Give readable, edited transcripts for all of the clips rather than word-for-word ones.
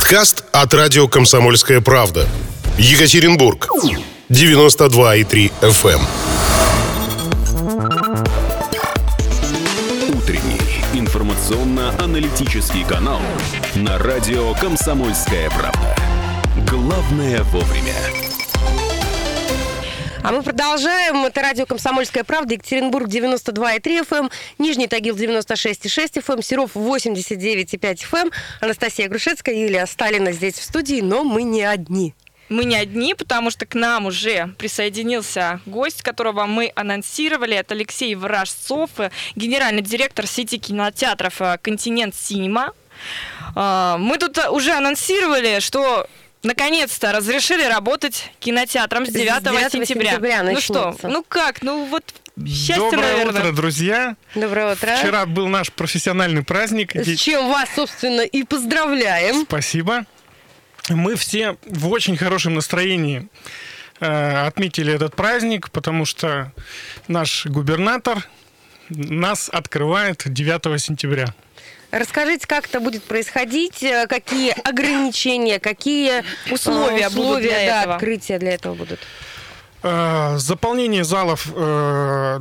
Подкаст от радио «Комсомольская правда». Екатеринбург. 92,3 FM. Утренний информационно-аналитический канал на радио «Комсомольская правда». Главное вовремя. А мы продолжаем. Это радио «Комсомольская правда», Екатеринбург 92,3 FM, Нижний Тагил 96,6 FM, Серов 89,5 FM, Анастасия Грушецкая, Юлия Сталина здесь в студии, но мы не одни. Мы не одни, потому что к нам уже присоединился гость, которого мы анонсировали. Это Алексей Ворожцов, генеральный директор сети кинотеатров «Континент Синема». Мы тут уже анонсировали, что наконец-то разрешили работать кинотеатрам с 9 сентября. Ну что, счастье, Доброе наверное. утро, друзья. Доброе утро. Вчера был наш профессиональный праздник. С чем вас, собственно, и поздравляем. Спасибо. Мы все в очень хорошем настроении отметили этот праздник, потому что наш губернатор нас открывает 9 сентября. Расскажите, как это будет происходить, какие ограничения, какие условия будут для этого? Открытия для этого будут? Заполнение залов до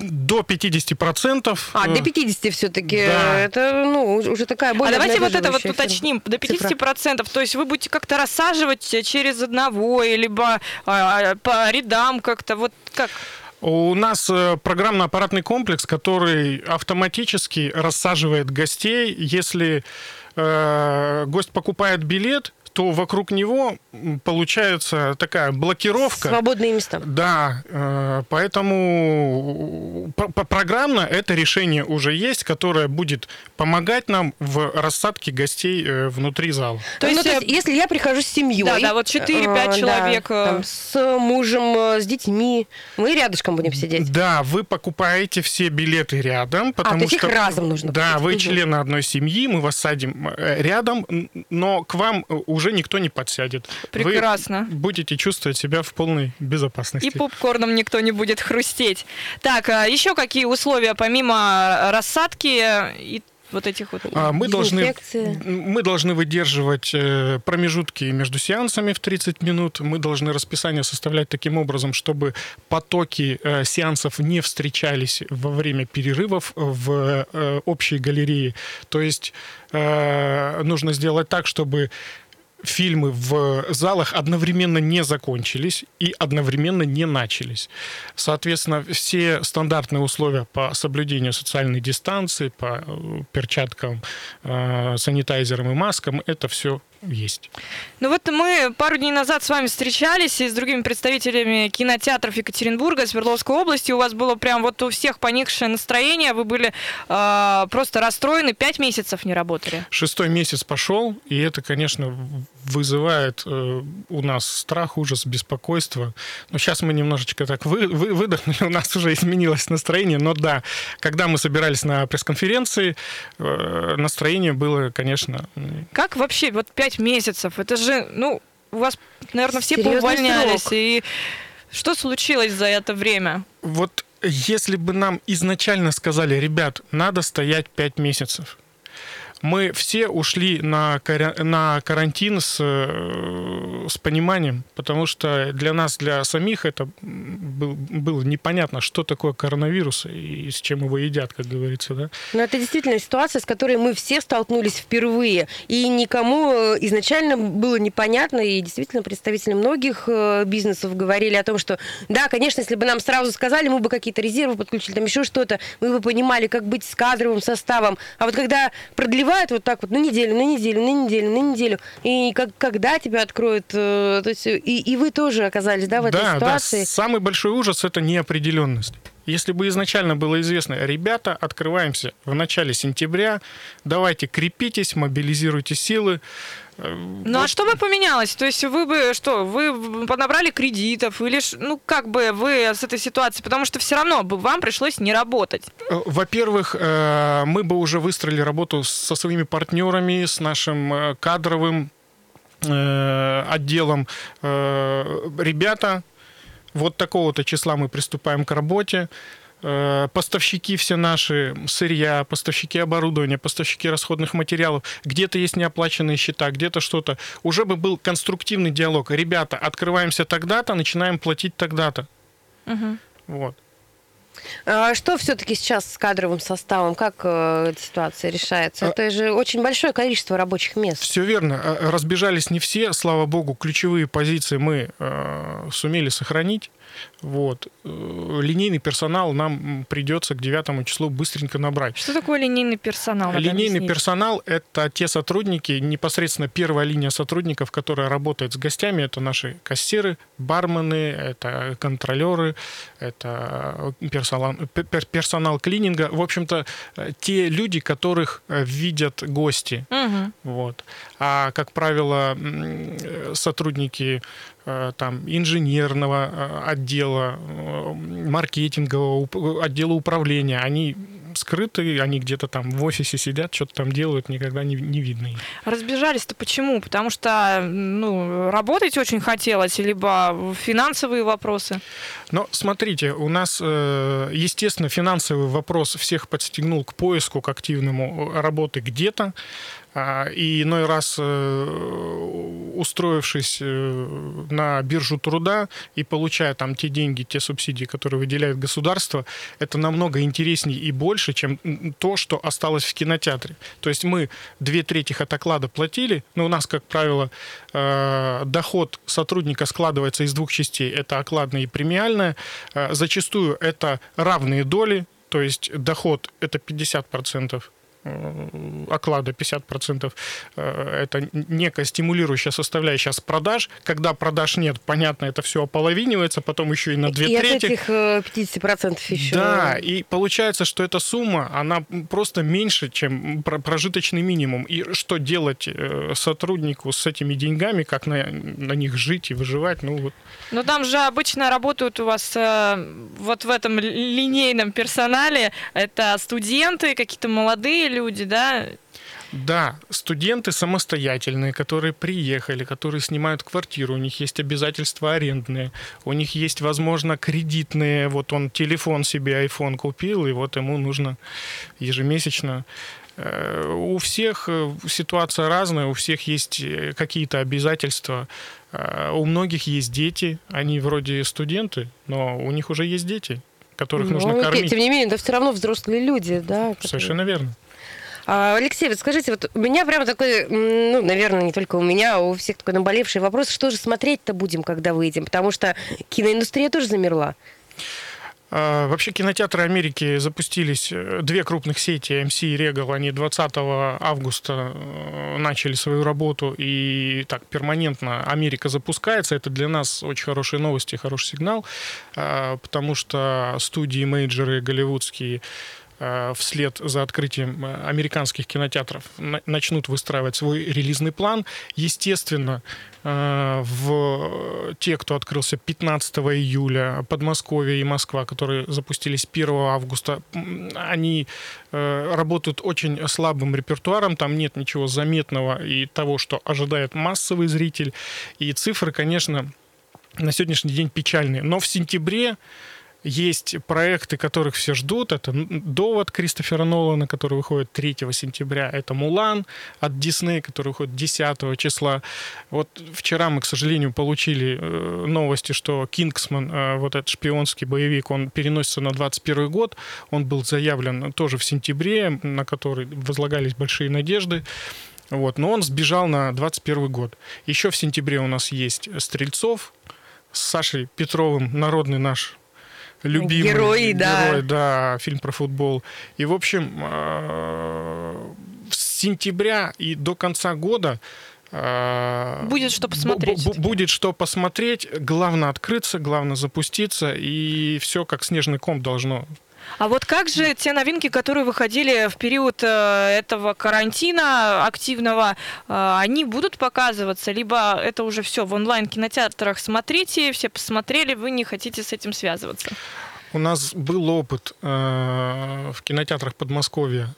50%. До 50 все-таки. Да. Это уже такая более давайте вот это обнадеживающая уточним. До 50%. цифра. То есть вы будете как-то рассаживать через одного, либо по рядам как-то. Вот как? У нас программно-аппаратный комплекс, который автоматически рассаживает гостей. Если гость покупает билет, то вокруг него получается такая блокировка. Свободные места. Да, поэтому программно это решение уже есть, которое будет помогать нам в рассадке гостей внутри зала. То есть, если я прихожу с семьей... Да, вот 4-5 человек. С мужем, с детьми, мы рядышком будем сидеть. Да, вы покупаете все билеты рядом, потому то есть что... их разом нужно Да, купить. вы члены одной семьи, мы вас садим рядом, но к вам уже никто не подсядет. Прекрасно. Вы будете чувствовать себя в полной безопасности. И попкорном никто не будет хрустеть. Так, еще какие условия помимо рассадки и вот этих вот? Мы должны выдерживать промежутки между сеансами в 30 минут. Мы должны расписание составлять таким образом, чтобы потоки сеансов не встречались во время перерывов в общей галерее. То есть нужно сделать так, чтобы фильмы в залах одновременно не закончились и одновременно не начались. Соответственно, все стандартные условия по соблюдению социальной дистанции, по перчаткам, санитайзерам и маскам, это все есть. Ну вот мы пару дней назад с вами встречались и с другими представителями кинотеатров Екатеринбурга, Свердловской области. У вас было прям вот у всех поникшее настроение, вы были просто расстроены, 5 месяцев не работали. 6-й месяц пошел, и это, конечно, вызывает у нас страх, ужас, беспокойство. Но сейчас мы немножечко так выдохнули, у нас уже изменилось настроение. Но да, когда мы собирались на пресс-конференции, настроение было, конечно... Как вообще, вот 5 месяцев, это же, у вас, наверное, все серьезный поувольнялись. срок. И что случилось за это время? Вот если бы нам изначально сказали, ребят, надо стоять 5 месяцев, мы все ушли на карантин с пониманием, потому что для нас, для самих, это было непонятно, что такое коронавирус и с чем его едят, как говорится. Да? Но это действительно ситуация, с которой мы все столкнулись впервые. И никому изначально было непонятно, и действительно представители многих бизнесов говорили о том, что да, конечно, если бы нам сразу сказали, мы бы какие-то резервы подключили, там еще что-то, мы бы понимали, как быть с кадровым составом. А вот когда продлевают вот так вот на неделю, и когда тебя откроют, то есть и вы тоже оказались, в этой ситуации. Да, самый большой ужас – это неопределенность. Если бы изначально было известно, ребята, открываемся в начале сентября, давайте крепитесь, мобилизируйте силы. А что бы поменялось? То есть вы понабрали кредитов или как бы вы с этой ситуацией? Потому что все равно бы вам пришлось не работать. Во-первых, мы бы уже выстроили работу со своими партнерами, с нашим кадровым отделом. Ребята, вот такого-то числа мы приступаем к работе. поставщики все наши, сырья, поставщики оборудования, поставщики расходных материалов, где-то есть неоплаченные счета, где-то что-то. Уже бы был конструктивный диалог. Ребята, открываемся тогда-то, начинаем платить тогда-то. Угу. Вот. Что все-таки сейчас с кадровым составом? Как эта ситуация решается? Это же очень большое количество рабочих мест. Все верно. Разбежались не все. Слава богу, ключевые позиции мы сумели сохранить. Вот. Линейный персонал нам придется к 9 числу быстренько набрать. Что такое линейный персонал? Линейный персонал – это те сотрудники, непосредственно первая линия сотрудников, которая работает с гостями. Это наши кассиры, бармены, это контролеры, это персонал клининга. В общем-то, те люди, которых видят гости. Угу. Вот. А, как правило, сотрудники там, инженерного отдела, маркетингового отдела управления, они скрыты, они где-то там в офисе сидят, что-то там делают, никогда не видно их. Разбежались-то почему? Потому что работать очень хотелось, либо финансовые вопросы? Но смотрите, у нас, естественно, финансовый вопрос всех подстегнул к поиску, к активному работы где-то. И иной раз, устроившись на биржу труда и получая там те деньги, те субсидии, которые выделяет государство, это намного интереснее и больше, чем то, что осталось в кинотеатре. То есть мы 2/3 от оклада платили, но у нас, как правило, доход сотрудника складывается из 2 частей. Это окладная и премиальная. Зачастую это равные доли, то есть доход – это 50%. Оклада 50% это некая стимулирующая составляющая с продаж. Когда продаж нет, понятно, это все ополовинивается, потом еще и на 2/3. И от этих 50% еще. Да, и получается, что эта сумма, она просто меньше, чем прожиточный минимум. И что делать сотруднику с этими деньгами, как на них жить и выживать? Но там же обычно работают у вас вот в этом линейном персонале, это студенты, какие-то молодые люди, да? Да, студенты самостоятельные, которые приехали, которые снимают квартиру, у них есть обязательства арендные, у них есть, возможно, кредитные, вот он телефон себе, iPhone купил, и вот ему нужно ежемесячно. У всех ситуация разная, у всех есть какие-то обязательства, у многих есть дети, они вроде студенты, но у них уже есть дети, которых нужно кормить. Тем не менее, это все равно взрослые люди, да? Совершенно верно. Алексей, вот скажите, вот у меня прямо такой, наверное, не только у меня, а у всех такой наболевший вопрос, что же смотреть-то будем, когда выйдем? Потому что киноиндустрия тоже замерла. Вообще кинотеатры Америки запустились, 2 крупных сети, AMC и Regal, они 20 августа начали свою работу, и так перманентно Америка запускается. Это для нас очень хорошие новости, хороший сигнал, потому что студии, мейджоры голливудские вслед за открытием американских кинотеатров начнут выстраивать свой релизный план. Естественно, те, кто открылся 15 июля, Подмосковье и Москва, которые запустились 1 августа, они работают очень слабым репертуаром, там нет ничего заметного и того, что ожидает массовый зритель. И цифры, конечно, на сегодняшний день печальные. Но в сентябре есть проекты, которых все ждут. Это «Довод» Кристофера Нолана, который выходит 3 сентября. Это «Мулан» от Дисней, который выходит 10 числа. Вот вчера мы, к сожалению, получили новости, что «Кингсман», вот этот шпионский боевик, он переносится на 2021 год. Он был заявлен тоже в сентябре, на который возлагались большие надежды. Вот. Но он сбежал на 2021 год. Еще в сентябре у нас есть «Стрельцов» с Сашей Петровым, народный наш любимый герой, да, фильм про футбол. И, в общем, с сентября и до конца года будет что посмотреть. Будет что посмотреть. Главное открыться, главное запуститься, и все как снежный ком должно. А вот как же те новинки, которые выходили в период этого карантина активного, они будут показываться? Либо это уже все в онлайн-кинотеатрах смотрите, все посмотрели, вы не хотите с этим связываться? У нас был опыт в кинотеатрах Подмосковья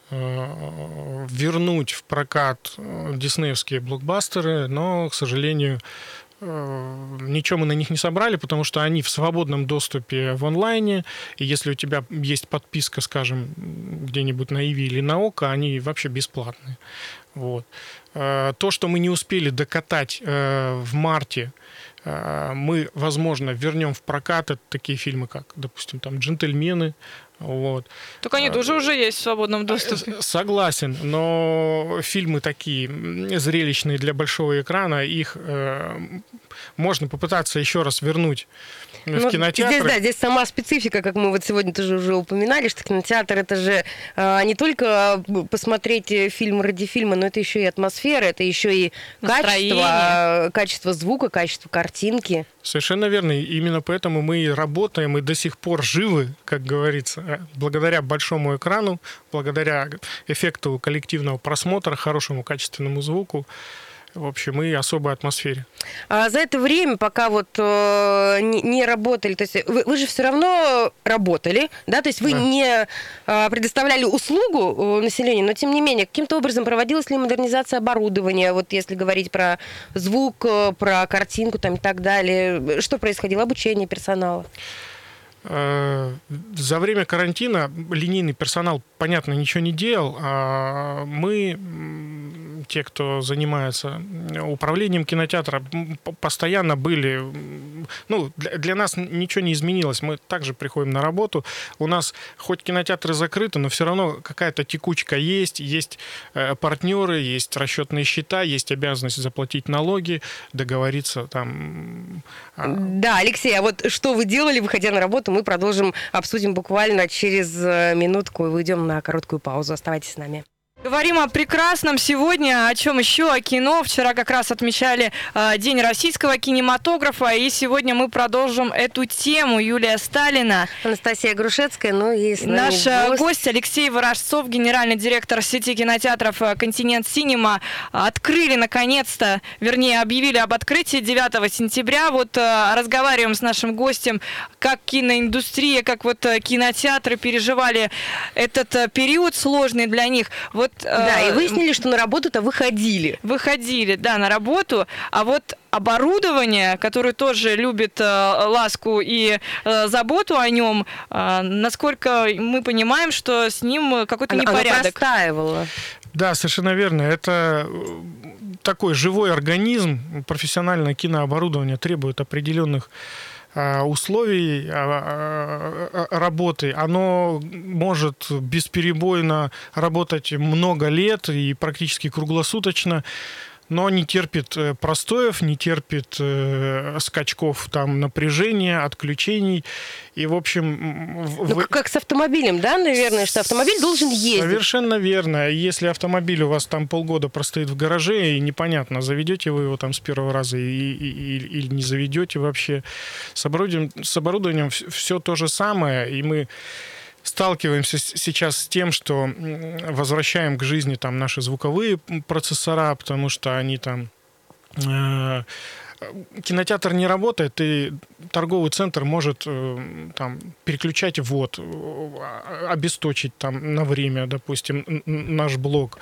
вернуть в прокат диснеевские блокбастеры, но, к сожалению, ничего мы на них не собрали, потому что они в свободном доступе в онлайне, и если у тебя есть подписка, скажем, где-нибудь на Иви или на Око, они вообще бесплатные. Вот. То, что мы не успели докатать в марте, мы, возможно, вернем в прокат. Это такие фильмы, как, допустим, там «Джентльмены». Вот. Так они тоже уже есть в свободном доступе. Согласен, но фильмы такие зрелищные для большого экрана, их можно попытаться еще раз вернуть в кинотеатры. Здесь сама специфика, как мы вот сегодня тоже уже упоминали, что кинотеатр — это же не только посмотреть фильм ради фильма, но это еще и атмосфера, это еще и качество звука, качество картинки. Совершенно верно. И именно поэтому мы и работаем, и до сих пор живы, как говорится, благодаря большому экрану, благодаря эффекту коллективного просмотра, хорошему качественному звуку, в общем, и особой атмосфере. А за это время, пока вот не работали, то есть вы же все равно работали, да, то есть вы не предоставляли услугу населению, но тем не менее, каким-то образом проводилась ли модернизация оборудования, вот если говорить про звук, про картинку там и так далее, что происходило, обучение персонала? За время карантина линейный персонал, понятно, ничего не делал, а мы, те, кто занимается управлением кинотеатра, постоянно были... Ну, для нас ничего не изменилось. Мы также приходим на работу. У нас хоть кинотеатры закрыты, но все равно какая-то текучка есть. Есть партнеры, есть расчетные счета, есть обязанность заплатить налоги, договориться там... Да, Алексей, а вот что вы делали, выходя на работу, мы продолжим, обсудим буквально через минутку и уйдем на короткую паузу. Оставайтесь с нами. Говорим о прекрасном сегодня, о чем еще, о кино. Вчера как раз отмечали День российского кинематографа, и сегодня мы продолжим эту тему. Юлия Сталина. Анастасия Грушецкая, ну и с нами наш гость Алексей Ворожцов, генеральный директор сети кинотеатров «Континент Синема». Открыли наконец-то, вернее, объявили об открытии 9 сентября. Вот разговариваем с нашим гостем, как киноиндустрия, как вот кинотеатры переживали этот период сложный для них. Вот да, и выяснили, что на работу-то выходили. Выходили, да, на работу. А вот оборудование, которое тоже любит ласку и заботу о нем, насколько мы понимаем, что с ним какой-то непорядок. Оно простаивало. Да, совершенно верно. Это такой живой организм. Профессиональное кинооборудование требует определенных условий работы. Оно может бесперебойно работать много лет и практически круглосуточно, но не терпит простоев, не терпит скачков там, напряжения, отключений. И, в общем... Как с автомобилем, да, наверное, что автомобиль должен ездить? Совершенно верно. Если автомобиль у вас там полгода простоит в гараже, и непонятно, заведете вы его там с первого раза или не заведете вообще. С оборудованием все то же самое, и мы сталкиваемся сейчас с тем, что возвращаем к жизни там наши звуковые процессора, потому что они там... Кинотеатр не работает, и торговый центр может там, переключать ввод, обесточить там, на время, допустим, наш блок.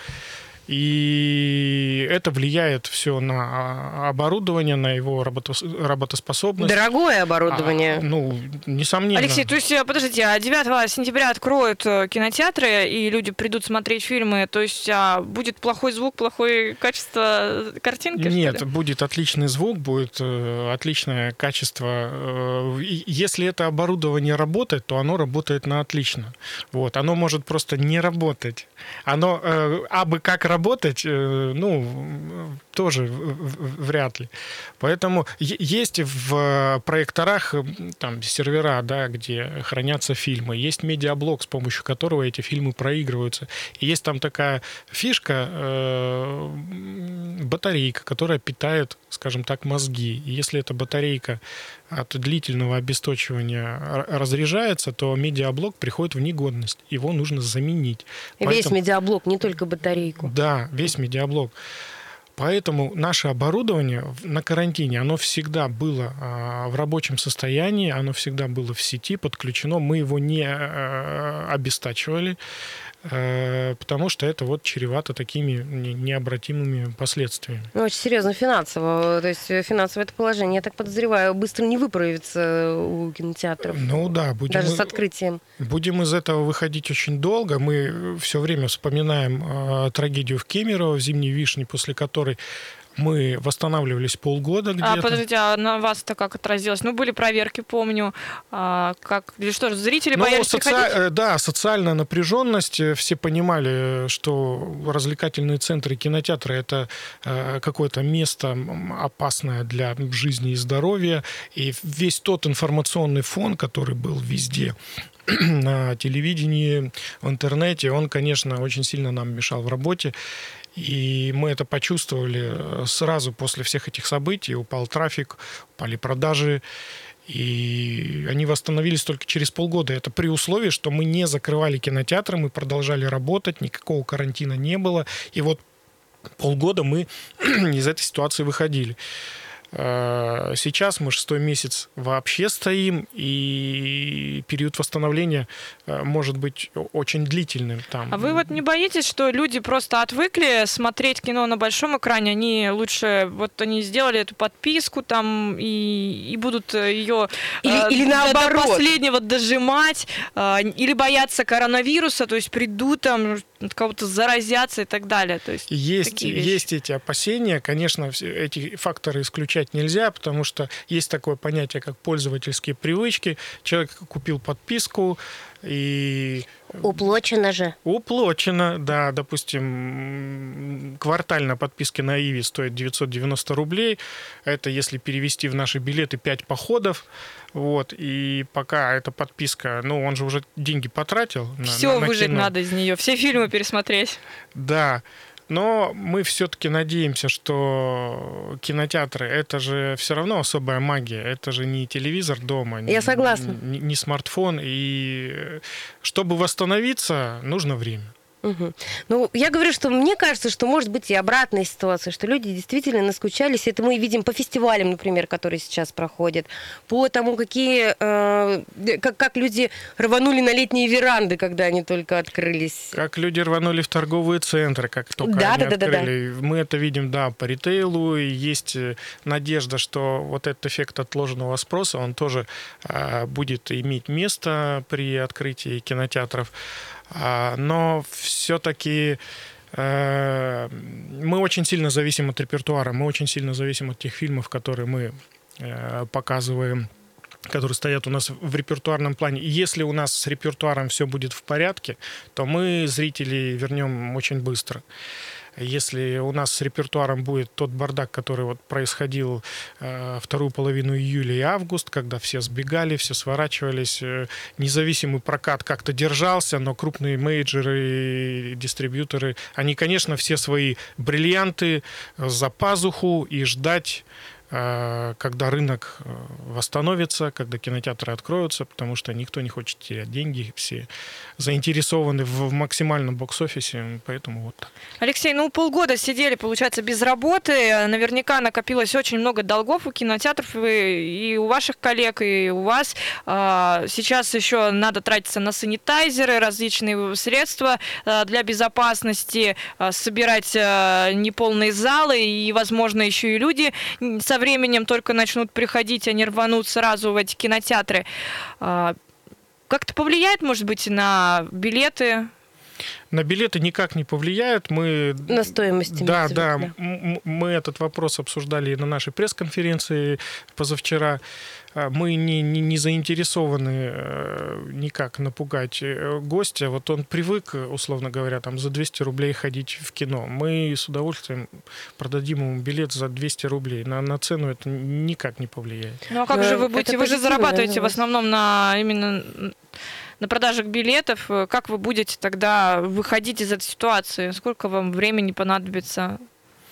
И это влияет все на оборудование, на его работоспособность. Дорогое оборудование. Несомненно. Алексей, то есть, подождите, 9 сентября откроют кинотеатры, и люди придут смотреть фильмы, то есть будет плохой звук, плохое качество картинки? Нет, будет отличный звук, будет отличное качество. Если это оборудование работает, то оно работает на отлично. Вот. Оно может просто не работать. Оно абы как работать, тоже вряд ли. Поэтому есть в проекторах там сервера, да, где хранятся фильмы. Есть медиаблок, с помощью которого эти фильмы проигрываются. И есть там такая фишка, батарейка, которая питает, скажем так, мозги. И если эта батарейка от длительного обесточивания разряжается, то медиаблок приходит в негодность. Его нужно заменить. Весь медиаблок, не только батарейку. Да, весь медиаблок. Поэтому наше оборудование на карантине, оно всегда было в рабочем состоянии, оно всегда было в сети, подключено. Мы его не обестачивали. потому что это вот чревато такими необратимыми последствиями. Ну, очень серьезно финансово. То есть финансовое это положение, я так подозреваю, быстро не выправится у кинотеатров. Ну да, даже с открытием. Будем из этого выходить очень долго. Мы все время вспоминаем трагедию в Кемерово, в «Зимней вишне», после которой мы восстанавливались полгода где-то. Подождите, а на вас-то как отразилось? Ну, были проверки, помню. Или что, зрители боялись приходить? Да, социальная напряженность. Все понимали, что развлекательные центры, кинотеатры — это какое-то место опасное для жизни и здоровья. И весь тот информационный фон, который был везде, на телевидении, в интернете, он, конечно, очень сильно нам мешал в работе. И мы это почувствовали сразу после всех этих событий. Упал трафик, упали продажи, и они восстановились только через полгода. Это при условии, что мы не закрывали кинотеатры, мы продолжали работать, никакого карантина не было. И вот полгода мы из этой ситуации выходили. Сейчас мы 6-й месяц вообще стоим, и период восстановления может быть очень длительным. А вы вот не боитесь, что люди просто отвыкли смотреть кино на большом экране? Они лучше, вот они сделали эту подписку там и будут ее или наоборот. До последнего дожимать, или боятся коронавируса, то есть придут там, от кого-то заразятся и так далее. То есть есть эти опасения. Конечно, эти факторы исключать нельзя, потому что есть такое понятие, как пользовательские привычки. Человек купил подписку и... Уплочено же. Уплочено, да. Допустим, квартально подписки на Иви стоит 990 рублей. Это, если перевести в наши билеты, 5 походов. Вот. И пока эта подписка... Ну, он же уже деньги потратил. Все выжить кино. Надо из нее. Все фильмы пересмотреть. Да. Но мы все-таки надеемся, что кинотеатры — это же все равно особая магия. Это же не телевизор дома. Я согласна. Не смартфон. И чтобы восстановиться, нужно время. Угу. Ну, я говорю, что мне кажется, что может быть и обратная ситуация, что люди действительно наскучались. Это мы видим по фестивалям, например, которые сейчас проходят, по тому, как люди рванули на летние веранды, когда они только открылись. Как люди рванули в торговые центры, как только они открыли. Мы это видим, по ритейлу. И есть надежда, что вот этот эффект отложенного спроса, он тоже будет иметь место при открытии кинотеатров. Но все-таки мы очень сильно зависим от репертуара, мы очень сильно зависим от тех фильмов, которые мы показываем, которые стоят у нас в репертуарном плане. И если у нас с репертуаром все будет в порядке, то мы зрителей вернем очень быстро. Если у нас с репертуаром будет тот бардак, который вот происходил вторую половину июля и август, когда все сбегали, все сворачивались, независимый прокат как-то держался, но крупные мейджеры и дистрибьюторы, они, конечно, все свои бриллианты за пазуху и ждать, когда рынок восстановится, когда кинотеатры откроются, потому что никто не хочет терять деньги, все заинтересованы в максимальном бокс-офисе, поэтому вот так. Алексей, полгода сидели, получается, без работы, наверняка накопилось очень много долгов у кинотеатров, и у ваших коллег, и у вас. Сейчас еще надо тратиться на санитайзеры, различные средства для безопасности, собирать неполные залы, и, возможно, еще и люди со временем только начнут приходить, они рванут сразу в эти кинотеатры. Как-то повлияет, может быть, на билеты? На билеты никак не повлияют. На стоимость. Да. Мы этот вопрос обсуждали на нашей пресс-конференции позавчера. Мы не заинтересованы никак напугать гостя. Вот он привык, условно говоря, за 200 рублей ходить в кино. Мы с удовольствием продадим ему билет за 200 рублей. На цену это никак не повлияет. Ну а как же вы будете? Вы же зарабатываете в основном именно на продажах билетов. Как вы будете тогда выходить из этой ситуации? Сколько вам времени понадобится?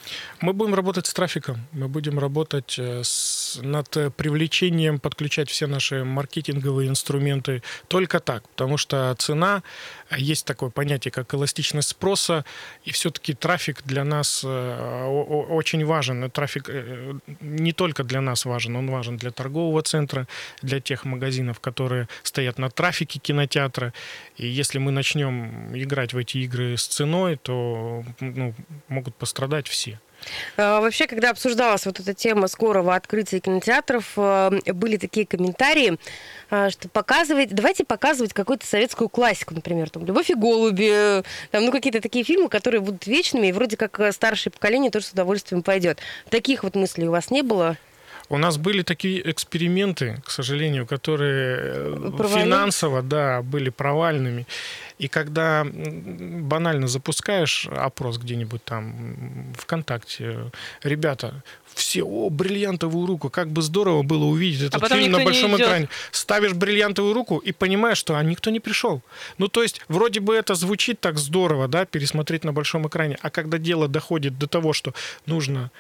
Мы будем работать с трафиком, мы будем работать над привлечением, подключать все наши маркетинговые инструменты только так, потому что цена, есть такое понятие, как эластичность спроса, и все-таки трафик для нас очень важен. Трафик не только для нас важен, он важен для торгового центра, для тех магазинов, которые стоят на трафике кинотеатра. И если мы начнем играть в эти игры с ценой, то могут пострадать все. Вообще, когда обсуждалась вот эта тема скорого открытия кинотеатров, были такие комментарии, что давайте показывать какую-то советскую классику, например, там «Любовь и голуби», там, какие-то такие фильмы, которые будут вечными, и вроде как старшее поколение тоже с удовольствием пойдет. Таких вот мыслей у вас не было? У нас были такие эксперименты, к сожалению, которые финансово, были провальными. И когда банально запускаешь опрос где-нибудь там ВКонтакте, ребята, все, бриллиантовую руку, как бы здорово было увидеть этот фильм на большом экране. Ставишь бриллиантовую руку и понимаешь, что никто не пришел. То есть, вроде бы это звучит так здорово, пересмотреть на большом экране, а когда дело доходит до того, что нужно...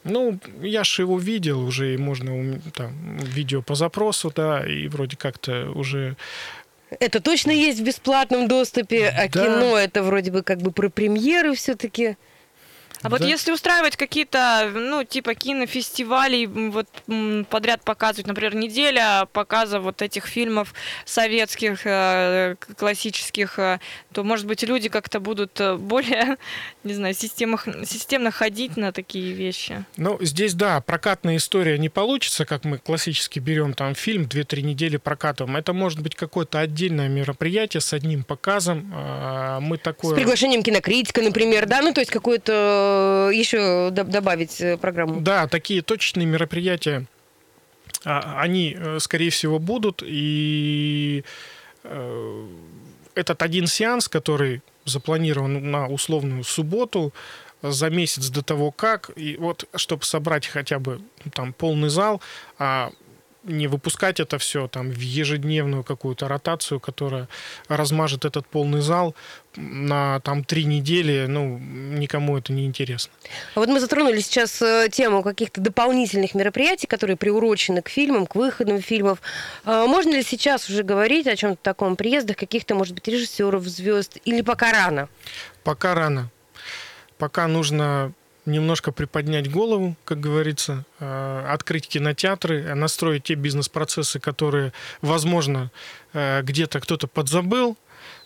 я же его видел уже, и можно видео по запросу, и вроде как-то уже... Это точно есть в бесплатном доступе, а кино это вроде бы как бы про премьеры все-таки. А вот если устраивать какие-то, типа кинофестивалей, вот подряд показывать, например, неделя показа вот этих фильмов советских, классических, то, может быть, люди как-то будут более, не знаю, системно ходить на такие вещи. Здесь, прокатная история не получится, как мы классически берем там фильм, 2-3 недели прокатываем. Это может быть какое-то отдельное мероприятие с одним показом. Мы такое... С приглашением кинокритика, например, то есть какое-то еще добавить программу. Да, такие точечные мероприятия, они, скорее всего, будут. И этот один сеанс, который запланирован на условную субботу, за месяц до того как, и вот чтобы собрать хотя бы там полный зал, не выпускать это все там в ежедневную какую-то ротацию, которая размажет этот полный зал на 3 недели, никому это не интересно. А вот мы затронули сейчас тему каких-то дополнительных мероприятий, которые приурочены к фильмам, к выходам фильмов. Можно ли сейчас уже говорить о чем-то таком, приездах каких-то, может быть, режиссеров, звезд, или пока рано? Пока рано. Пока нужно немножко приподнять голову, как говорится, открыть кинотеатры, настроить те бизнес-процессы, которые, возможно, где-то кто-то подзабыл.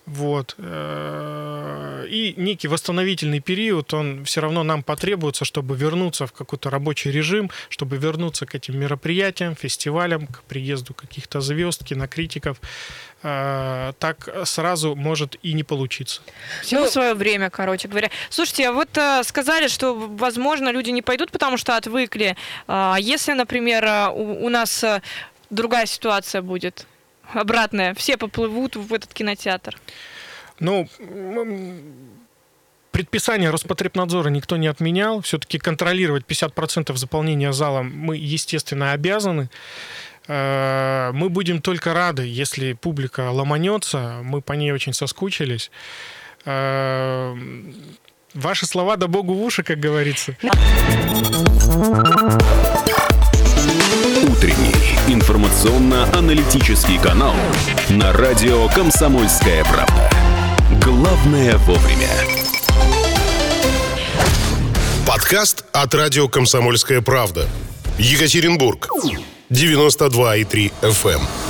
И некий восстановительный период, он все равно нам потребуется, чтобы вернуться в какой-то рабочий режим, чтобы вернуться к этим мероприятиям, фестивалям, к приезду каких-то звезд, кинокритиков. Так сразу может и не получиться. Всему свое время, короче говоря. Слушайте, а вот сказали, что, возможно, люди не пойдут, потому что отвыкли. Если, например, у нас другая ситуация будет, обратная, все поплывут в этот кинотеатр? Предписание Роспотребнадзора никто не отменял. Все-таки контролировать 50% заполнения зала мы, естественно, обязаны. Мы будем только рады, если публика ломанется. Мы по ней очень соскучились. Ваши слова да Богу в уши, как говорится. Утренний информационно-аналитический канал на радио «Комсомольская правда». Главное вовремя. Подкаст от радио «Комсомольская правда». Екатеринбург. 92,3 FM.